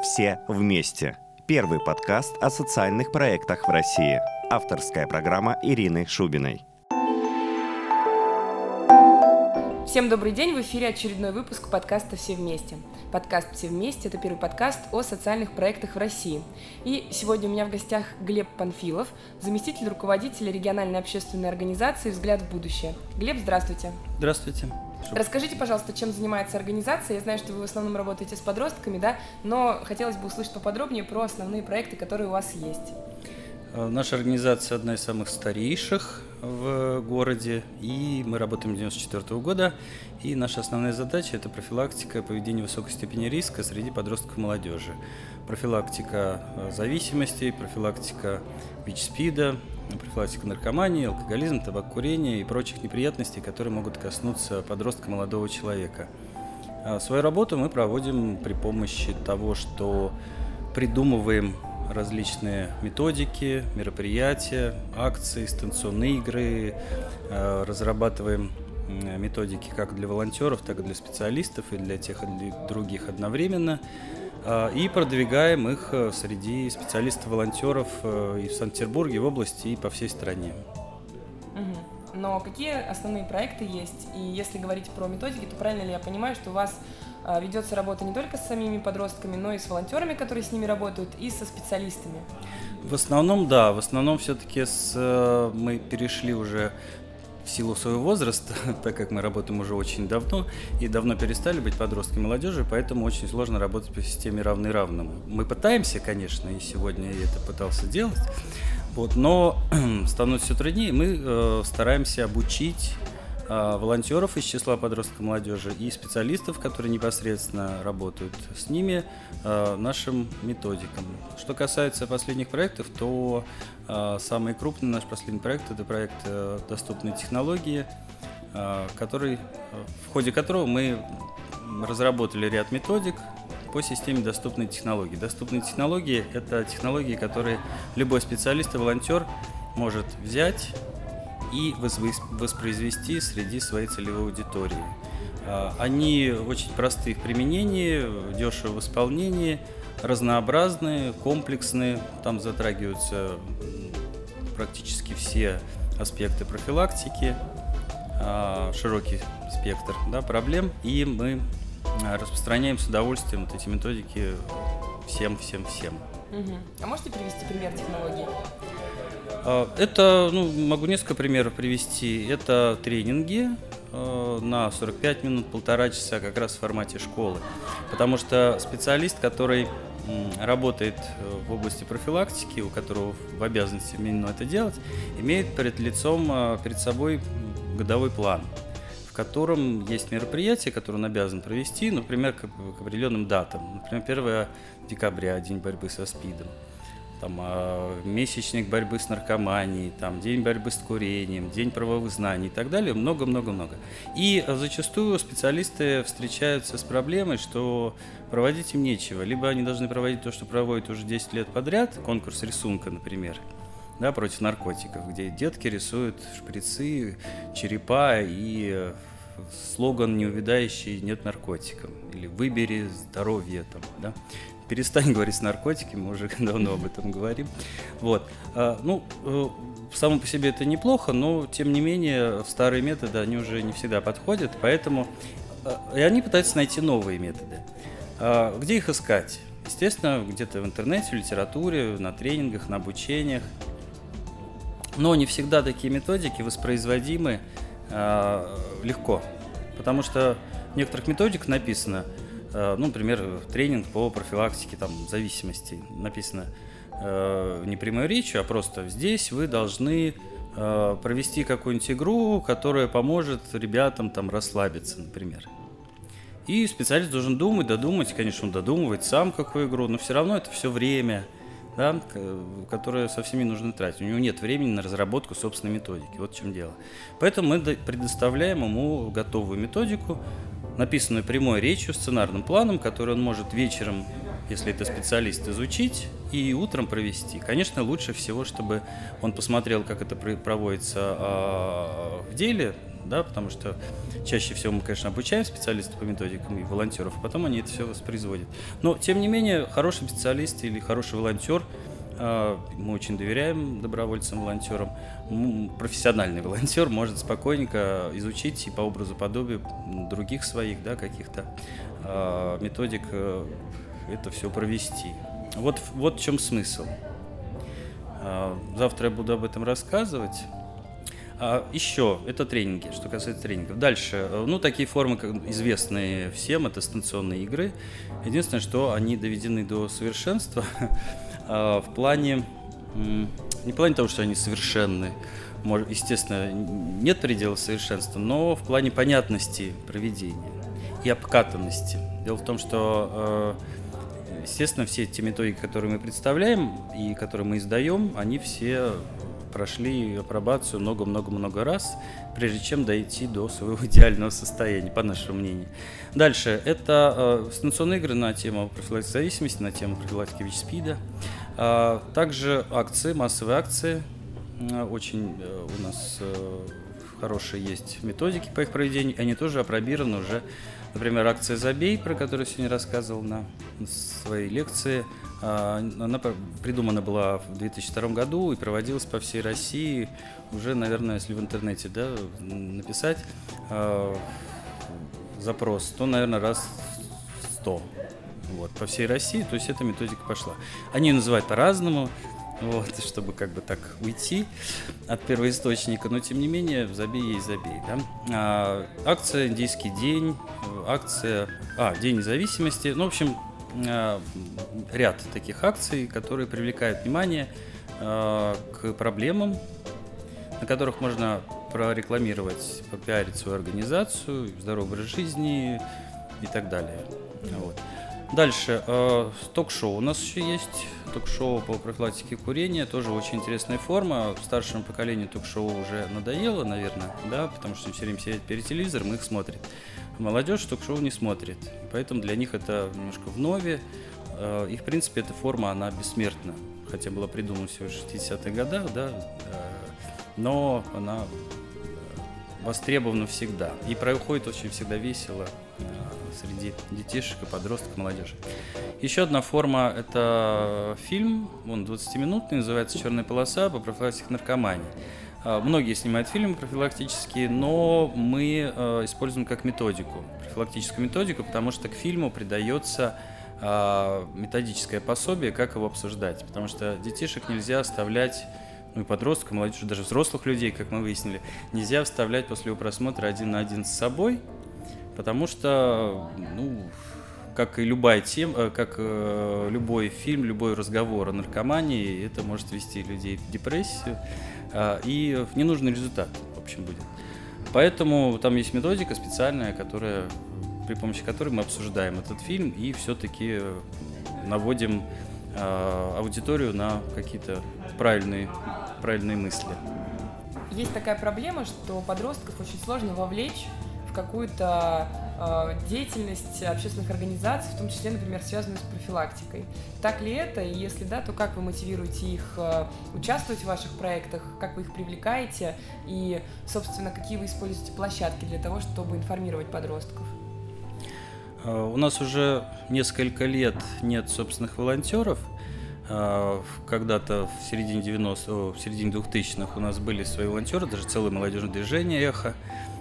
«Все вместе». Первый подкаст о социальных проектах в России. Авторская программа Ирины Шубиной. Всем добрый день, в эфире очередной выпуск подкаста «Все вместе». Подкаст «Все вместе» — это первый подкаст о социальных проектах в России. И сегодня у меня в гостях Глеб Панфилов, заместитель руководителя региональной общественной организации «Взгляд в будущее». Глеб, здравствуйте. Здравствуйте. Расскажите, пожалуйста, чем занимается организация. Я знаю, что вы в основном работаете с подростками, да, но хотелось бы услышать поподробнее про основные проекты, которые у вас есть. Наша организация одна из самых старейших в городе, и мы работаем с 1994 года. И наша основная задача – это профилактика поведения высокой степени риска среди подростков и молодежи. Профилактика зависимостей, профилактика ВИЧ-СПИДа, профилактика наркомании, алкоголизма, табакокурения и прочих неприятностей, которые могут коснуться подростка, молодого человека. Свою работу мы проводим при помощи того, что придумываем различные методики, мероприятия, акции, станционные игры, разрабатываем методики как для волонтеров, так и для специалистов, и для тех, и для других одновременно, и продвигаем их среди специалистов-волонтеров и в Санкт-Петербурге, и в области, и по всей стране. Но какие основные проекты есть? И если говорить про методики, то правильно ли я понимаю, что у вас ведется работа не только с самими подростками, но и с волонтерами, которые с ними работают, и со специалистами? В основном, да. В основном все-таки мы перешли уже в силу своего возраста, так как мы работаем уже очень давно, и давно перестали быть подростками и молодежью, поэтому очень сложно работать по системе равный равному. Мы пытаемся, конечно, и сегодня я это пытался делать, но становится все труднее. Мы стараемся обучить волонтеров из числа подростков и молодежи и специалистов, которые непосредственно работают с ними, нашим методикам. Что касается последних проектов, то самый крупный наш последний проект – это проект «Доступные технологии», в ходе которого мы разработали ряд методик по системе доступной технологии. Доступные технологии – это технологии, которые любой специалист и волонтер может взять и воспроизвести среди своей целевой аудитории. Они очень просты в применении, дешевы в исполнении, разнообразные, комплексные. Там затрагиваются практически все аспекты профилактики, широкий спектр проблем, и мы распространяем с удовольствием эти методики всем. А можете привести пример технологии? Это, могу несколько примеров привести. Это тренинги на 45 минут, полтора часа, как раз в формате школы. Потому что специалист, который работает в области профилактики, у которого в обязанности именно это делать, имеет перед собой годовой план, в котором есть мероприятия, которые он обязан провести, например, к определенным датам. Например, 1 декабря, День борьбы со СПИДом. Месячник борьбы с наркоманией, день борьбы с курением, день правовых знаний и так далее, много-много-много. И зачастую специалисты встречаются с проблемой, что проводить им нечего. Либо они должны проводить то, что проводят уже 10 лет подряд, конкурс рисунка, например, против наркотиков, где детки рисуют шприцы, черепа и слоган неувядающий «нет наркотиков» или «выбери здоровье». Перестань говорить с наркотиками, мы уже давно об этом говорим. Само по себе это неплохо, но, тем не менее, старые методы, они уже не всегда подходят, поэтому и они пытаются найти новые методы. Где их искать? Естественно, где-то в интернете, в литературе, на тренингах, на обучениях. Но не всегда такие методики воспроизводимы легко, потому что в некоторых методиках написано, например, тренинг по профилактике зависимостей. Написано не прямой речью, а просто здесь вы должны провести какую-нибудь игру, которая поможет ребятам расслабиться, например. И специалист должен додумать, конечно, он додумывает сам какую игру, но все равно это все время, которое совсем не нужно тратить. У него нет времени на разработку собственной методики. Вот в чем дело. Поэтому мы предоставляем ему готовую методику, написанную прямой речью, сценарным планом, который он может вечером, если это специалист, изучить и утром провести. Конечно, лучше всего, чтобы он посмотрел, как это проводится в деле, да, потому что чаще всего мы, конечно, обучаем специалистов по методикам и волонтеров, а потом они это все воспроизводят. Но, тем не менее, хороший специалист или хороший волонтер, мы очень доверяем добровольцам, волонтерам, профессиональный волонтер может спокойненько изучить и по образу подобию других своих, да, каких-то методик это все провести. Вот в чем смысл. Завтра я буду об этом рассказывать. Еще это тренинги, что касается тренингов. Дальше, такие формы, как известные всем, это станционные игры. Единственное, что они доведены до совершенства в плане, не в плане того, что они совершенны, естественно, нет предела совершенства, но в плане понятности проведения и обкатанности. Дело в том, что, естественно, все те методики, которые мы представляем и которые мы издаем, они все прошли апробацию много-много-много раз, прежде чем дойти до своего идеального состояния, по нашему мнению. Дальше, это станционные игры на тему профилактики зависимости, на тему профилактики ВИЧ-СПИДа. Также акции, массовые акции. Очень у нас хорошие есть методики по их проведению, они тоже апробированы уже. Например, акция «Забей», про которую я сегодня рассказывал на своей лекции, она придумана была в 2002 году и проводилась по всей России. Уже, наверное, если в интернете, да, написать запрос, то, наверное, раз 100 по всей России. То есть эта методика пошла. Они ее называют по-разному, чтобы как бы так уйти от первоисточника, но тем не менее забей есть забей. Да? Акция «Индийский день», акция «День независимости». В общем, ряд таких акций, которые привлекают внимание к проблемам, на которых можно прорекламировать, попиарить свою организацию, здоровый образ жизни и так далее. Дальше, ток-шоу у нас еще есть. Ток-шоу по профилактике курения, тоже очень интересная форма. Старшему поколению ток-шоу уже надоело, наверное, да, потому что все время сидят перед телевизором, их смотрят. Молодежь ток-шоу не смотрит, поэтому для них это немножко вновь. И, в принципе, эта форма, она бессмертна, хотя была придумана всего в 60-х годах, да, но она востребована всегда и проходит очень всегда весело среди детишек и подростков, молодежи. Еще одна форма – это фильм, он 20-минутный, называется «Черная полоса» по профилактике наркомании. Многие снимают фильмы профилактические, но мы используем как методику, профилактическую методику, потому что к фильму придается методическое пособие, как его обсуждать. Потому что детишек нельзя оставлять, и подростков, молодежи, даже взрослых людей, как мы выяснили, нельзя оставлять после его просмотра один на один с собой, потому что, как и любая тема, как любой фильм, любой разговор о наркомании, это может ввести людей в депрессию и в ненужный результат, в общем, будет. Поэтому там есть методика специальная, при помощи которой мы обсуждаем этот фильм и все-таки наводим аудиторию на какие-то правильные мысли. Есть такая проблема, что подростков очень сложно вовлечь в какую-то деятельность общественных организаций, в том числе, например, связанную с профилактикой. Так ли это? И если да, то как вы мотивируете их участвовать в ваших проектах, как вы их привлекаете и, собственно, какие вы используете площадки для того, чтобы информировать подростков? У нас уже несколько лет нет собственных волонтеров. Когда-то в середине 2000-х у нас были свои волонтеры, даже целое молодежное движение «Эхо».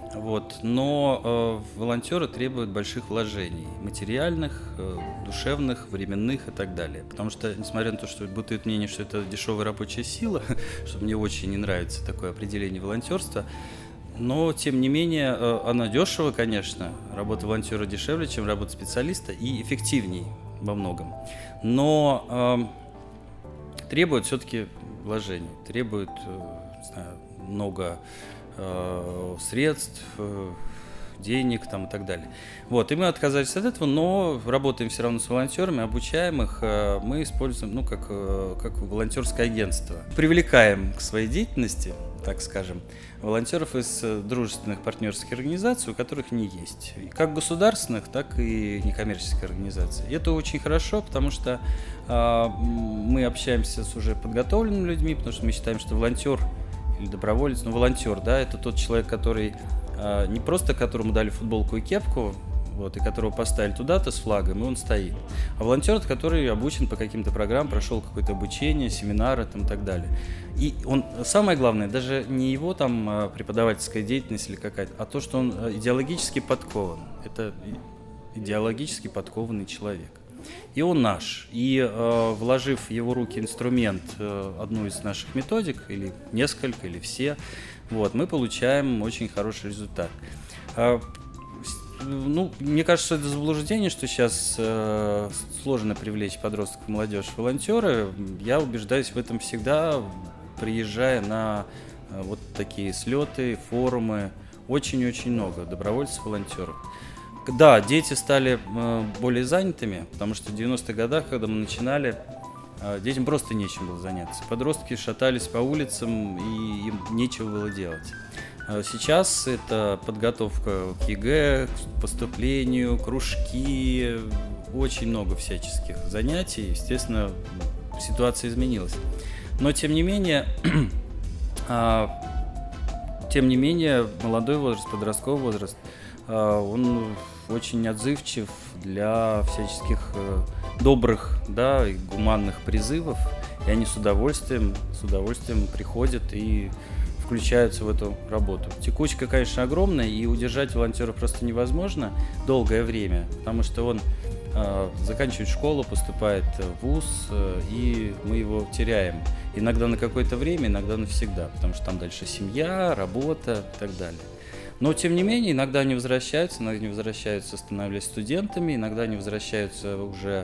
Но волонтеры требуют больших вложений, материальных, душевных, временных и так далее. Потому что, несмотря на то, что бытует мнение, что это дешевая рабочая сила, что мне очень не нравится такое определение волонтерства, но, тем не менее, она дешево, конечно, работа волонтера дешевле, чем работа специалиста, и эффективней во многом. Но требует все-таки вложений, требует много средств, денег и так далее. И мы отказались от этого, но работаем все равно с волонтерами, обучаем их, мы используем, как волонтерское агентство. Привлекаем к своей деятельности, так скажем, волонтеров из дружественных партнерских организаций, у которых не есть. Как государственных, так и некоммерческих организаций. И это очень хорошо, потому что мы общаемся с уже подготовленными людьми, потому что мы считаем, что волонтер или доброволец, волонтер, да, это тот человек, который не просто которому дали футболку и кепку, вот, и которого поставили туда-то с флагом, и он стоит. А волонтер, который обучен по каким-то программам, прошел какое-то обучение, семинары там, и так далее. И он, самое главное, даже не его там преподавательская деятельность или какая-то, а то, что он идеологически подкован. Это идеологически подкованный человек. И он наш. И вложив в его руки инструмент, одну из наших методик, или несколько, или все, вот, мы получаем очень хороший результат. Ну, мне кажется, что это заблуждение, что сейчас сложно привлечь подростков и молодежь в волонтеры. Я убеждаюсь в этом всегда, приезжая на вот такие слеты, форумы. Очень-очень много добровольцев, волонтеров. Да, дети стали более занятыми, потому что в 90-х годах, когда мы начинали, детям просто нечем было заняться. Подростки шатались по улицам, и им нечего было делать. Сейчас это подготовка к ЕГЭ, к поступлению, кружки, очень много всяческих занятий. Естественно, ситуация изменилась. Но тем не менее, молодой возраст, подростковый возраст, он очень отзывчив для всяческих добрых, да, и гуманных призывов, и они с удовольствием приходят и включаются в эту работу. Текучка, конечно, огромная, и удержать волонтера просто невозможно долгое время, потому что он заканчивает школу, поступает в вуз, и мы его теряем. Иногда на какое-то время, иногда навсегда, потому что там дальше семья, работа и так далее. Но, тем не менее, иногда они возвращаются, становясь студентами, иногда они возвращаются уже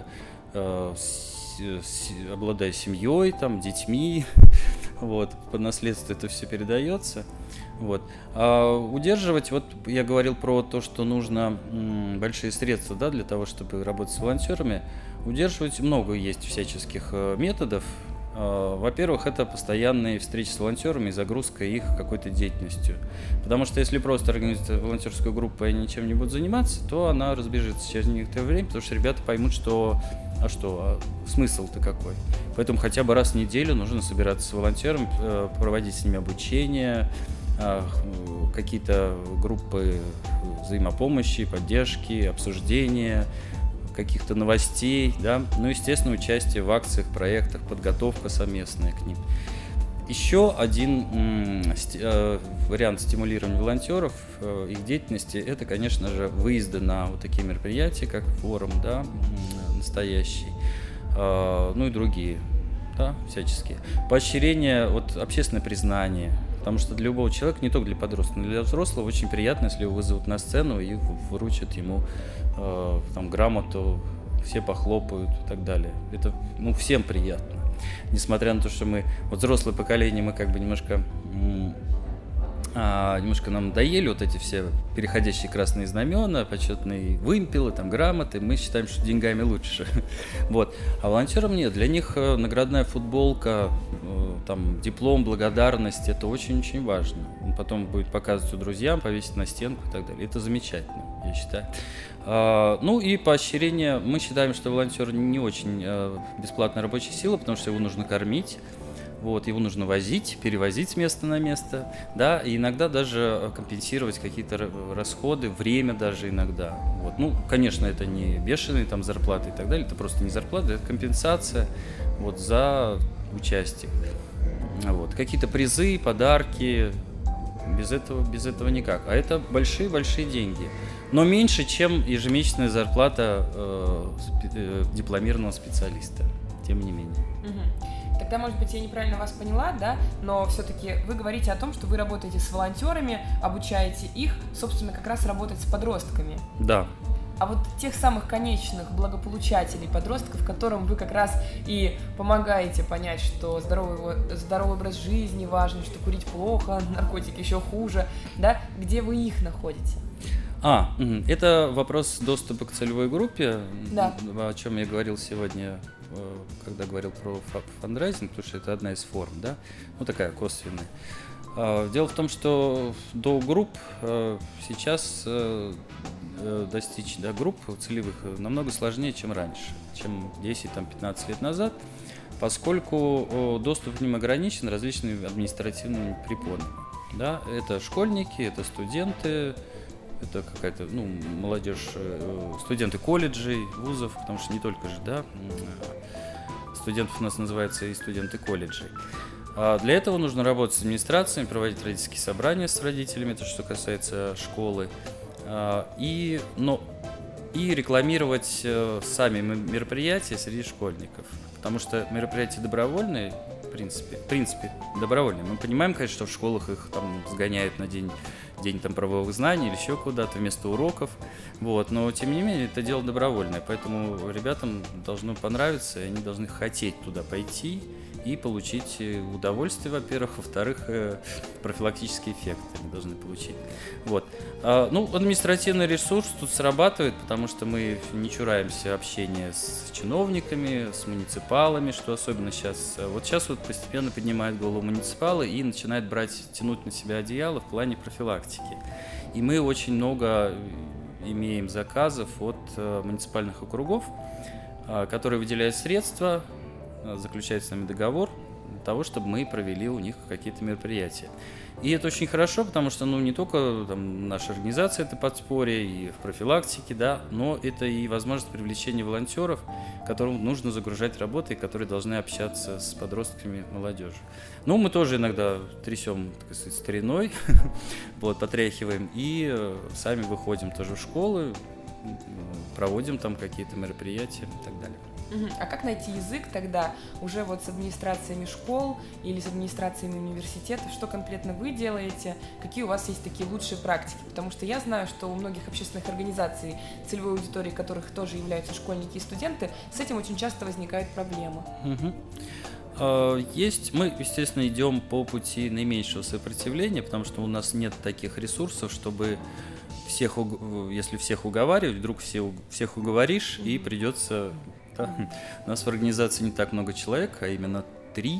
обладая семьей, там, детьми, вот, по наследству это все передается. Вот. А удерживать, вот я говорил про то, что нужно большие средства, да, для того, чтобы работать с волонтерами. Удерживать много есть всяческих методов. Во-первых, это постоянные встречи с волонтерами и загрузка их какой-то деятельностью. Потому что если просто организовать волонтерскую группу и они ничем не будут заниматься, то она разбежится через некоторое время, потому что ребята поймут, что смысл-то какой. Поэтому хотя бы раз в неделю нужно собираться с волонтером, проводить с ними обучение, какие-то группы взаимопомощи, поддержки, обсуждения, каких-то новостей, да, ну, естественно, участие в акциях, проектах, подготовка совместная к ним. Еще один вариант стимулирования волонтеров, их деятельности, это, конечно же, выезды на вот такие мероприятия, как форум, да, настоящий, ну и другие, да, всяческие. Поощрение, вот, общественное признание, потому что для любого человека, не только для подростка, но и для взрослого, очень приятно, если его вызовут на сцену и вручат ему там грамоту, все похлопают и так далее. Это, ну, всем приятно. Несмотря на то, что мы, вот взрослое поколение, мы как бы немножко нам надоели вот эти все переходящие красные знамена, почетные вымпелы, там, грамоты. Мы считаем, что деньгами лучше. Вот. А волонтерам нет. Для них наградная футболка, там, диплом, благодарность – это очень-очень важно. Он потом будет показывать друзьям, повесить на стенку и так далее. Это замечательно, я считаю. Ну и поощрение. Мы считаем, что волонтер не очень бесплатная рабочая сила, потому что его нужно кормить. Вот, его нужно возить, перевозить с места на место, да, и иногда даже компенсировать какие-то расходы, время даже иногда. Вот. Ну, конечно, это не бешеные там зарплаты и так далее, это просто не зарплата, это компенсация вот, за участие. Вот. Какие-то призы, подарки, без этого никак. А это большие-большие деньги. Но меньше, чем ежемесячная зарплата дипломированного специалиста, тем не менее. Тогда, может быть, я неправильно вас поняла, да, но все-таки вы говорите о том, что вы работаете с волонтерами, обучаете их, собственно, как раз работать с подростками. Да. А вот тех самых конечных благополучателей, подростков, которым вы как раз и помогаете понять, что здоровый образ жизни важен, что курить плохо, наркотики еще хуже, да, где вы их находите? Это вопрос доступа к целевой группе, да. О чем я говорил сегодня, когда говорил про фандрайзинг, потому что это одна из форм, да, ну такая косвенная. Дело в том, что до групп сейчас достичь, да, групп целевых намного сложнее, чем раньше, чем 10-15 лет назад, поскольку доступ к ним ограничен различными административными препонами. Да, это школьники, это студенты, это какая-то, молодежь, студенты колледжей, вузов, потому что не только же, да, студентов у нас называется и студенты колледжей. А для этого нужно работать с администрациями, проводить родительские собрания с родителями, это что касается школы, и рекламировать сами мероприятия среди школьников, потому что мероприятия добровольные, в принципе, добровольные. Мы понимаем, конечно, что в школах их там сгоняют на день там правовых знаний или еще куда-то вместо уроков, но тем не менее это дело добровольное, поэтому ребятам должно понравиться, и они должны хотеть туда пойти и получить удовольствие, во-первых, во-вторых, профилактический эффект они должны получить. Административный ресурс тут срабатывает, потому что мы не чураемся общения с чиновниками, с муниципалами, что особенно сейчас. Сейчас постепенно поднимают голову муниципалы и начинают тянуть на себя одеяло в плане профилактики. И мы очень много имеем заказов от муниципальных округов, которые выделяют средства, заключает с нами договор для того, чтобы мы провели у них какие-то мероприятия. И это очень хорошо, потому что не только наша организация это подспорье и в профилактике, да, но это и возможность привлечения волонтеров, которым нужно загружать работы, и которые должны общаться с подростками, молодежью. Мы тоже иногда трясем, так сказать, стариной, потряхиваем и сами выходим тоже в школы, проводим там какие-то мероприятия и так далее. А как найти язык тогда уже с администрациями школ или с администрациями университетов? Что конкретно вы делаете? Какие у вас есть такие лучшие практики? Потому что я знаю, что у многих общественных организаций, целевой аудиторией которых тоже являются школьники и студенты, с этим очень часто возникают проблемы. Мы, естественно, идем по пути наименьшего сопротивления, потому что у нас нет таких ресурсов, чтобы если всех уговаривать, вдруг всех уговоришь, и придется... Да. У нас в организации не так много человек, а именно 3.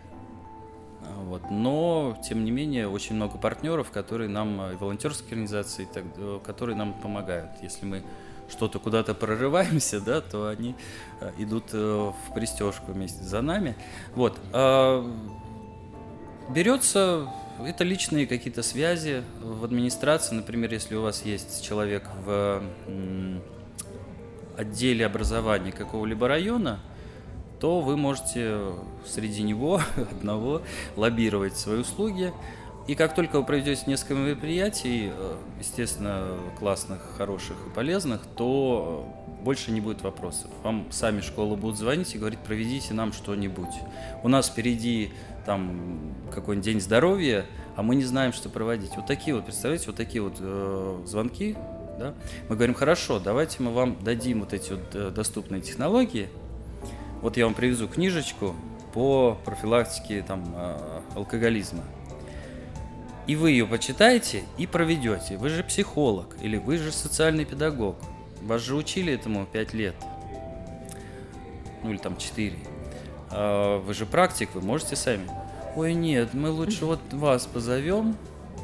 Но, тем не менее, очень много партнеров, которые нам, и волонтерские организации, которые нам помогают. Если мы что-то куда-то прорываемся, да, то они идут в пристежку вместе за нами. Берется... Это личные какие-то связи в администрации. Например, если у вас есть человек в отделе образования какого-либо района, то вы можете среди него одного лоббировать свои услуги. И как только вы проведете несколько мероприятий, естественно, классных, хороших и полезных, то больше не будет вопросов. Вам сами школы будут звонить и говорить: проведите нам что-нибудь. У нас впереди какой-нибудь день здоровья, а мы не знаем, что проводить. Представляете, такие звонки. Да? Мы говорим: хорошо, давайте мы вам дадим эти доступные технологии. Я вам привезу книжечку по профилактике алкоголизма. И вы ее почитаете и проведете. Вы же психолог или вы же социальный педагог. Вас же учили этому 5 лет. Или 4. Вы же практик, вы можете сами. Ой, нет, мы лучше вас позовем.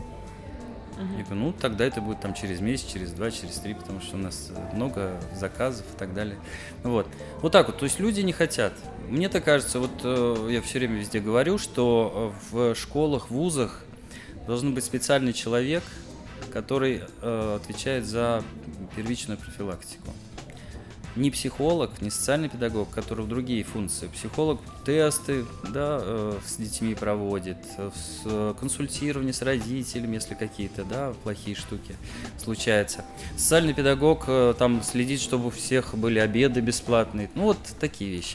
Я говорю: тогда это будет через месяц, через 2, через 3, потому что у нас много заказов и так далее. То есть люди не хотят. Мне так кажется, я все время везде говорю, что в школах, вузах должен быть специальный человек, который отвечает за первичную профилактику. Не психолог, не социальный педагог, который в другие функции. Психолог тесты, с детьми проводит, консультирование с родителями, если какие-то плохие штуки случаются. Социальный педагог следит, чтобы у всех были обеды бесплатные. Такие вещи.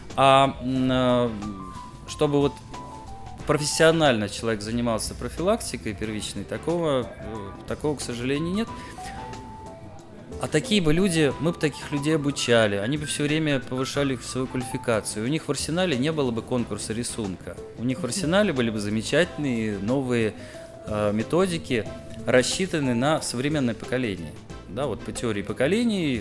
А чтобы профессионально человек занимался профилактикой первичной, такого, к сожалению, нет. А такие бы люди, мы бы таких людей обучали, они бы все время повышали свою квалификацию. У них в арсенале не было бы конкурса рисунка. У них в арсенале были бы замечательные новые методики, рассчитанные на современное поколение. По теории поколений,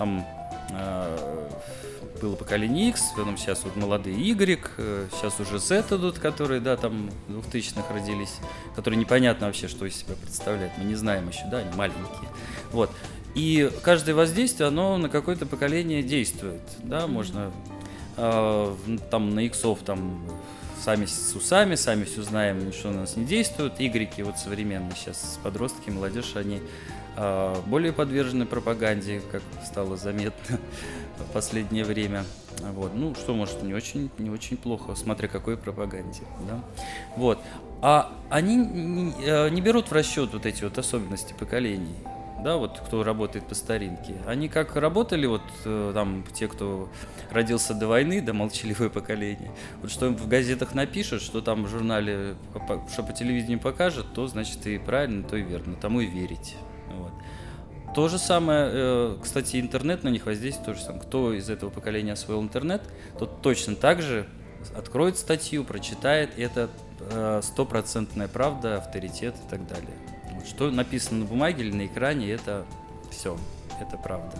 было поколение X, потом сейчас молодые Y, сейчас уже Z идут, которые, 2000-х родились, которые непонятно вообще, что из себя представляют, мы не знаем еще, они маленькие. И каждое воздействие, оно на какое-то поколение действует, можно на иксов сами с усами, сами все знаем, ничто на нас не действует. Игреки вот современные сейчас, подростки, молодежь, они более подвержены пропаганде, как стало заметно в последнее время. Вот. Ну, что может не очень плохо, смотря какой пропаганде. Да? Вот. А они не берут в расчет вот эти вот особенности поколений. Да, вот кто работает по старинке. Они как работали, вот там те, кто родился до войны, да, молчаливое поколение. Вот что им в газетах напишут, что там в журнале, что по телевидению покажут, то значит и правильно, то и верно, тому и верить. Вот. То же самое, кстати, интернет на них воздействует, то же самое. Кто из этого поколения освоил интернет, тот точно так же откроет статью, прочитает, и это стопроцентная правда, авторитет и так далее. Вот. Что написано на бумаге или на экране, это все, это правда.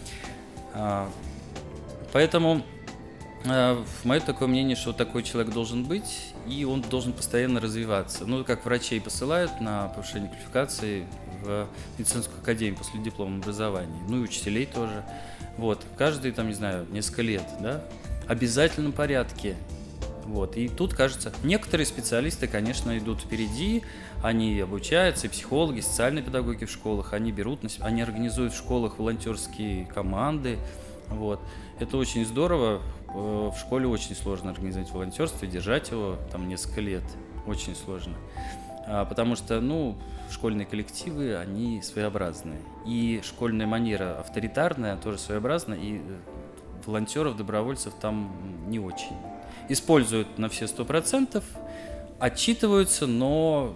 Поэтому мое такое мнение, что такой человек должен быть, и он должен постоянно развиваться. Ну, как врачей посылают на повышение квалификации в медицинскую академию после дипломного образования, ну и учителей тоже. Вот, каждые, там, не знаю, несколько лет, да, в обязательном порядке. Вот, и тут, кажется, некоторые специалисты, конечно, идут впереди, они обучаются, и психологи, и социальные педагоги в школах, они берут на себя, они организуют в школах волонтерские команды. Вот. Это очень здорово. В школе очень сложно организовать волонтерство и держать его там несколько лет. Очень сложно. Потому что, ну, школьные коллективы, они своеобразные. И школьная манера авторитарная, тоже своеобразная, и волонтеров, добровольцев там не очень. Используют на все 100%, отчитываются, но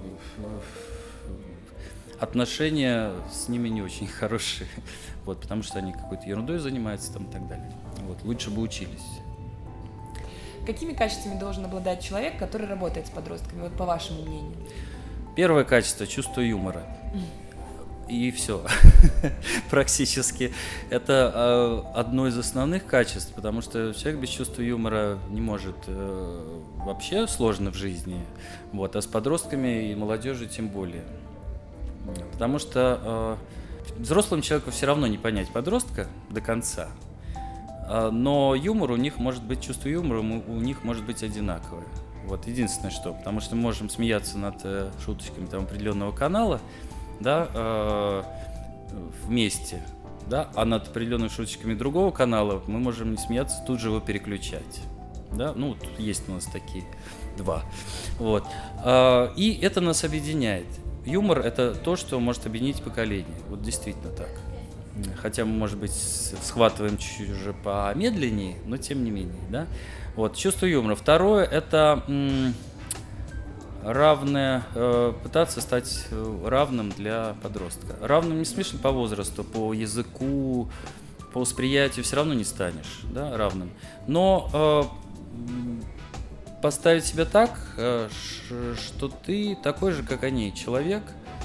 отношения с ними не очень хорошие, вот, потому что они какой-то ерундой занимаются там, и так далее. Вот, лучше бы учились. Какими качествами должен обладать человек, который работает с подростками, вот по вашему мнению? Первое качество – чувство юмора. И все. Практически. Это одно из основных качеств, потому что человек без чувства юмора не может вообще сложно в жизни. Вот. А с подростками и молодежью тем более. Потому что взрослому человеку все равно не понять подростка до конца. Но юмор у них может быть, чувство юмора у них может быть одинаковое. Вот единственное что. Потому что мы можем смеяться над шуточками там определенного канала, да, вместе, да, а над определенными шуточками другого канала мы можем не смеяться, тут же его переключать, да, ну, вот есть у нас такие два, вот, и это нас объединяет. Юмор – это то, что может объединить поколение, вот действительно так, хотя мы, может быть, схватываем чуть-чуть уже помедленнее, но тем не менее, да, вот, чувство юмора. Второе – это равное, пытаться стать равным для подростка. Равным не в смысле по возрасту, по языку, по восприятию все равно не станешь, да, равным. Но поставить себя так, что ты такой же, как они, человек,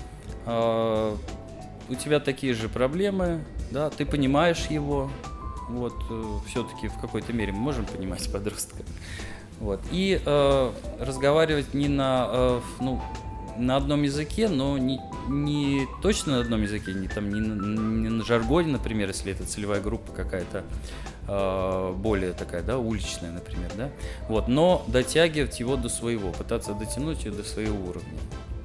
у тебя такие же проблемы, да, ты понимаешь его, вот, все-таки в какой-то мере мы можем понимать подростка. Вот. И разговаривать не на, на одном языке, но не точно на одном языке, не на жаргоне, например, если это целевая группа какая-то более такая, да, уличная, например, да, вот, но дотягивать его до своего, пытаться дотянуть его до своего уровня.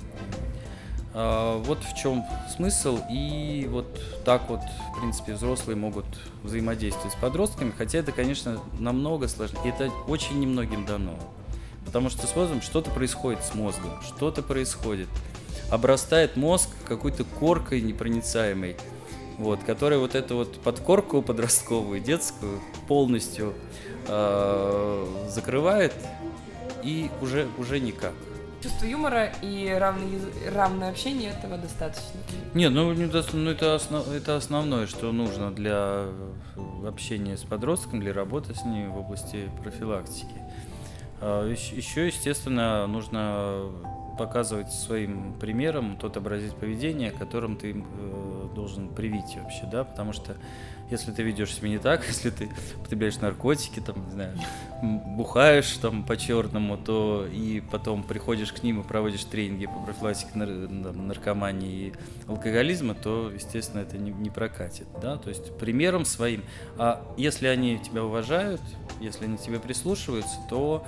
Вот в чем смысл, и вот так вот, в принципе, взрослые могут взаимодействовать с подростками, хотя это, конечно, намного сложнее, и это очень немногим дано, потому что с мозгом что-то происходит с мозгом, что-то происходит, обрастает мозг какой-то коркой непроницаемой, вот, которая вот эту вот подкорку подростковую, детскую полностью закрывает, и уже никак. Чувство юмора и равное общение этого достаточно? Нет, это основное, что нужно для общения с подростком, для работы с ними в области профилактики. Еще, естественно, нужно показывать своим примером тот образец поведения, которым ты должен привить вообще, да, потому что если ты ведешь себя не так, если ты употребляешь наркотики, там, не знаю, бухаешь там по-черному, то и потом приходишь к ним и проводишь тренинги по профилактике наркомании и алкоголизма, то, естественно, это не прокатит, да, то есть примером своим. А если они тебя уважают, если они к тебе прислушиваются, то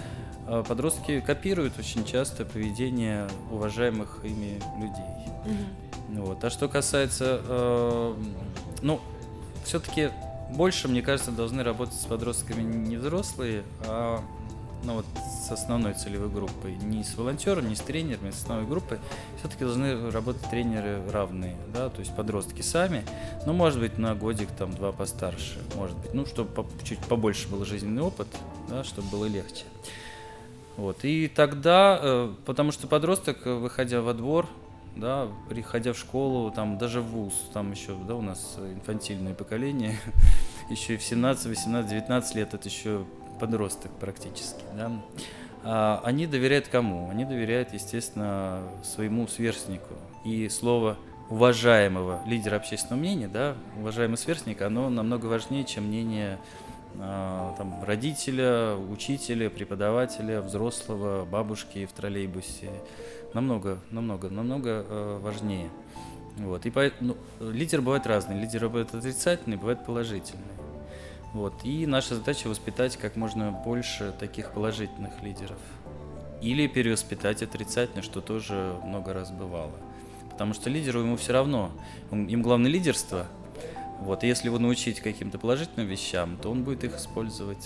подростки копируют очень часто поведение уважаемых ими людей. Вот. А что касается, все-таки больше, мне кажется, должны работать с подростками не взрослые, а с основной целевой группой. Не с волонтером, не с тренерами, а с основной группой. Все-таки должны работать тренеры равные, да, то есть подростки сами, может быть, на годик, там, 2 постарше, может быть, чтобы чуть побольше был жизненный опыт, да, чтобы было легче. Вот. И тогда, потому что подросток, выходя во двор, да, приходя в школу, там, даже в вуз, там еще, да, у нас инфантильное поколение, еще и в 17, 18, 19 лет это еще подросток практически, да. Они доверяют кому? Они доверяют, естественно, своему сверстнику. И слово уважаемого лидера общественного мнения, да, уважаемый сверстник, оно намного важнее, чем мнение там, родителя, учителя, преподавателя, взрослого, бабушки в троллейбусе. Намного важнее. Вот. И поэтому лидер бывает разный. Лидер бывает отрицательный, бывает положительный. Вот. И наша задача воспитать как можно больше таких положительных лидеров. Или перевоспитать отрицательно, что тоже много раз бывало. Потому что лидеру ему все равно. Им главное лидерство. Вот. И если его научить каким-то положительным вещам, то он будет их использовать.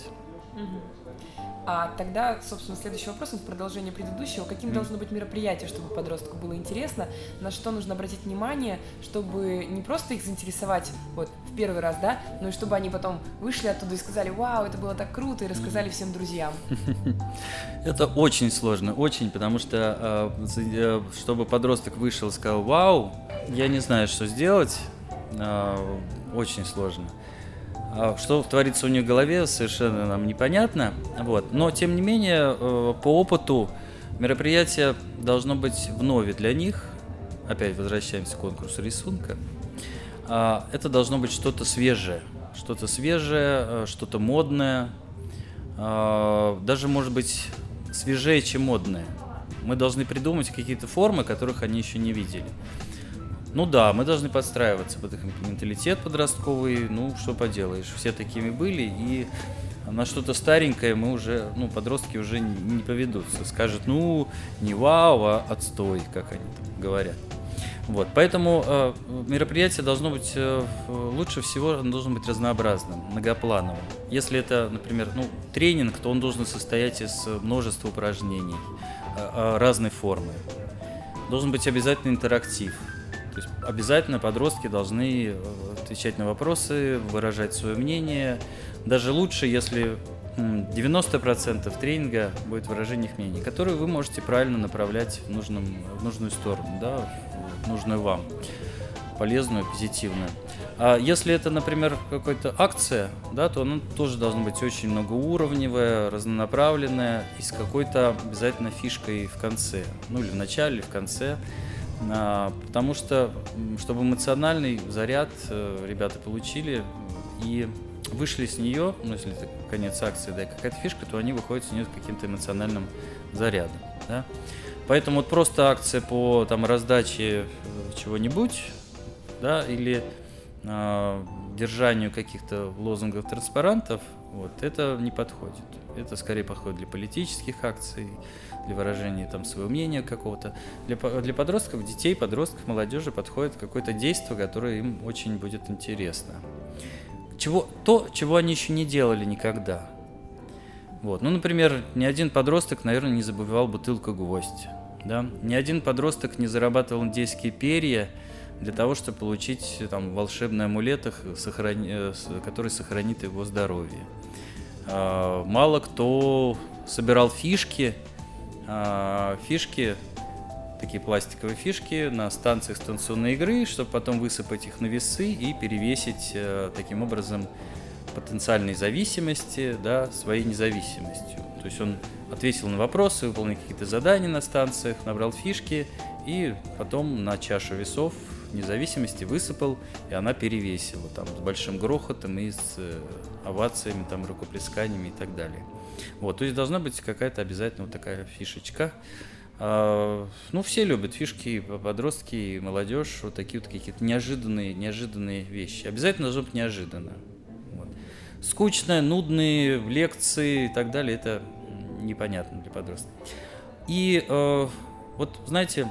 А тогда, собственно, следующий вопрос в продолжение предыдущего. Каким должно быть мероприятие, чтобы подростку было интересно? На что нужно обратить внимание, чтобы не просто их заинтересовать вот в первый раз, да, но и чтобы они потом вышли оттуда и сказали: «Вау, это было так круто», и рассказали всем друзьям? Это очень сложно, очень, потому что чтобы подросток вышел и сказал: «Вау, я не знаю, что сделать», очень сложно. Что творится у них в голове, совершенно нам непонятно. Вот. Но, тем не менее, по опыту мероприятие должно быть вновь для них. Опять возвращаемся к конкурсу рисунка. Это должно быть что-то свежее, что-то модное. Даже, может быть, свежее, чем модное. Мы должны придумать какие-то формы, которых они еще не видели. Ну да, мы должны подстраиваться под их менталитет подростковый, что поделаешь, все такими были, и на что-то старенькое мы уже, подростки уже не поведутся, скажут, не вау, а отстой, как они там говорят. Вот, поэтому мероприятие должно быть, лучше всего оно должно быть разнообразным, многоплановым. Если это, например, тренинг, то он должен состоять из множества упражнений разной формы. Должен быть обязательно интерактив. То есть обязательно подростки должны отвечать на вопросы, выражать свое мнение. Даже лучше, если 90% тренинга будет выражение их мнений, которые вы можете правильно направлять в нужную сторону, да, в нужную вам, полезную, позитивную. А если это, например, какая-то акция, да, то она тоже должна быть очень многоуровневая, разнонаправленная и с какой-то обязательно фишкой в конце, или в начале, или в конце. Потому что, чтобы эмоциональный заряд ребята получили и вышли с нее, если это конец акции, да, какая-то фишка, то они выходят с нее с каким-то эмоциональным зарядом, да. Поэтому вот просто акция по раздаче чего-нибудь, да, или держанию каких-то лозунгов, транспарантов, это не подходит. Это скорее подходит для политических акций, для выражения своего мнения какого-то. Для подростков, детей, подростков, молодежи подходит какое-то действие, которое им очень будет интересно. Чего они еще не делали никогда. Например, ни один подросток, наверное, не забывал бутылку-гвоздь. Да? Ни один подросток не зарабатывал индейские перья для того, чтобы получить волшебный амулет, который сохранит его здоровье. Мало кто собирал фишки, такие пластиковые фишки на станциях станционной игры, чтобы потом высыпать их на весы и перевесить таким образом потенциальные зависимости, да, своей независимостью. То есть он ответил на вопросы, выполнил какие-то задания на станциях, набрал фишки и потом на чашу весов независимости высыпал, и она перевесила с большим грохотом и с овациями, рукоплесканиями и так далее. То есть должна быть какая-то обязательно такая фишечка. Все любят фишки, подростки и молодежь, такие какие-то неожиданные вещи. Обязательно должно быть неожиданно. Скучно, нудные лекции и так далее, это непонятно для подростка. И вот, знаете,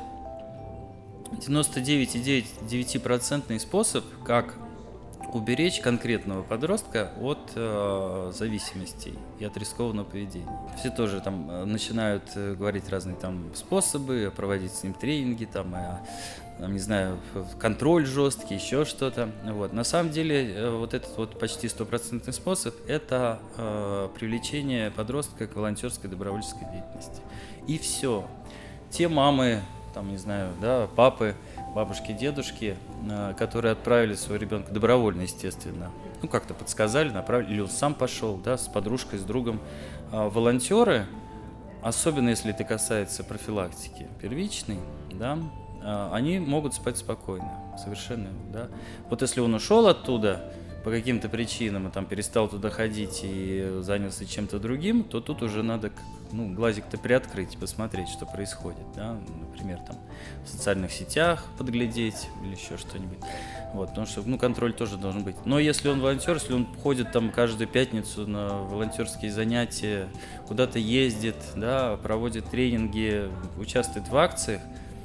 99,9% способ, как уберечь конкретного подростка от зависимостей и от рискованного поведения. Все тоже там начинают говорить разные там способы, проводить с ним тренинги, там, не знаю, контроль жесткий, еще что-то. Вот. На самом деле вот этот вот почти 100% способ – это привлечение подростка к волонтерской добровольческой деятельности. И все. Те мамы, там, не знаю, да, папы, бабушки, дедушки, которые отправили своего ребенка добровольно, естественно, ну, как-то подсказали, направили, или он сам пошел, да, с подружкой, с другом. Волонтеры, особенно если это касается профилактики первичной, да, они могут спать спокойно, совершенно, да. Вот если он ушел оттуда по каким-то причинам и там перестал туда ходить и занялся чем-то другим, то тут уже надо, ну, глазик-то приоткрыть, посмотреть, что происходит, да, например, там в социальных сетях подглядеть или еще что-нибудь, вот, потому что, ну, контроль тоже должен быть. Но если он волонтер, если он ходит там каждую пятницу на волонтерские занятия, куда-то ездит, да, проводит тренинги, участвует в акциях,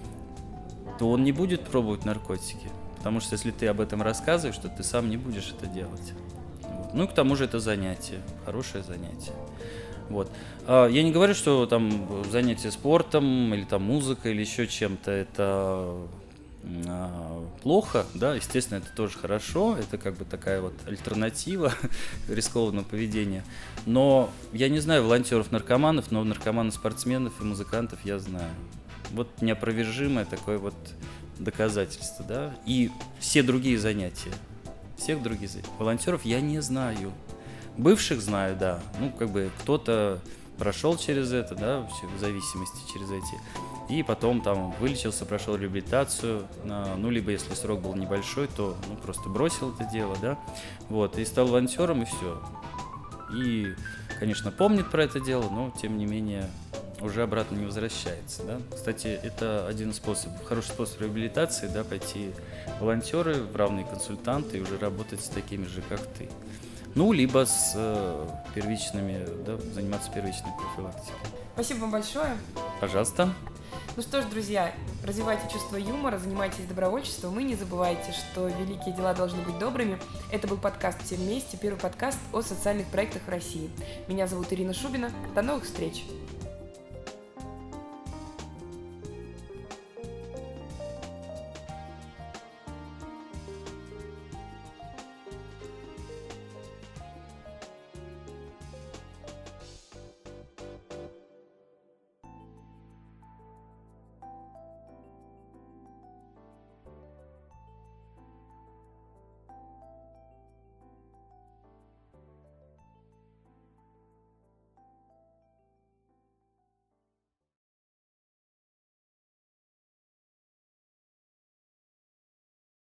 то он не будет пробовать наркотики. Потому что если ты об этом рассказываешь, то ты сам не будешь это делать. Вот. Ну и к тому же это занятие, хорошее занятие. Вот. Я не говорю, что там занятие спортом или там музыкой или еще чем-то это плохо, да, естественно, это тоже хорошо, это как бы такая вот альтернатива рискованного поведения. Но я не знаю волонтеров-наркоманов, но наркоманов-спортсменов и музыкантов я знаю. Вот неопровержимое такое вот доказательства, да, и все другие занятия, всех других волонтеров я не знаю, бывших знаю, да, ну, как бы кто-то прошел через это, да, в зависимости через эти, и потом там вылечился, прошел реабилитацию, ну, либо если срок был небольшой, то, ну, просто бросил это дело, да, вот, и стал волонтером, и все, и, конечно, помнит про это дело, но, тем не менее, уже обратно не возвращается, да. Кстати, это один способ, хороший способ реабилитации, да, пойти волонтеры, в равные консультанты и уже работать с такими же, как ты. Ну, либо с первичными, да, заниматься первичной профилактикой. Спасибо вам большое. Пожалуйста. Ну что ж, друзья, развивайте чувство юмора, занимайтесь добровольчеством и не забывайте, что великие дела должны быть добрыми. Это был подкаст «Все вместе», первый подкаст о социальных проектах в России. Меня зовут Ирина Шубина. До новых встреч!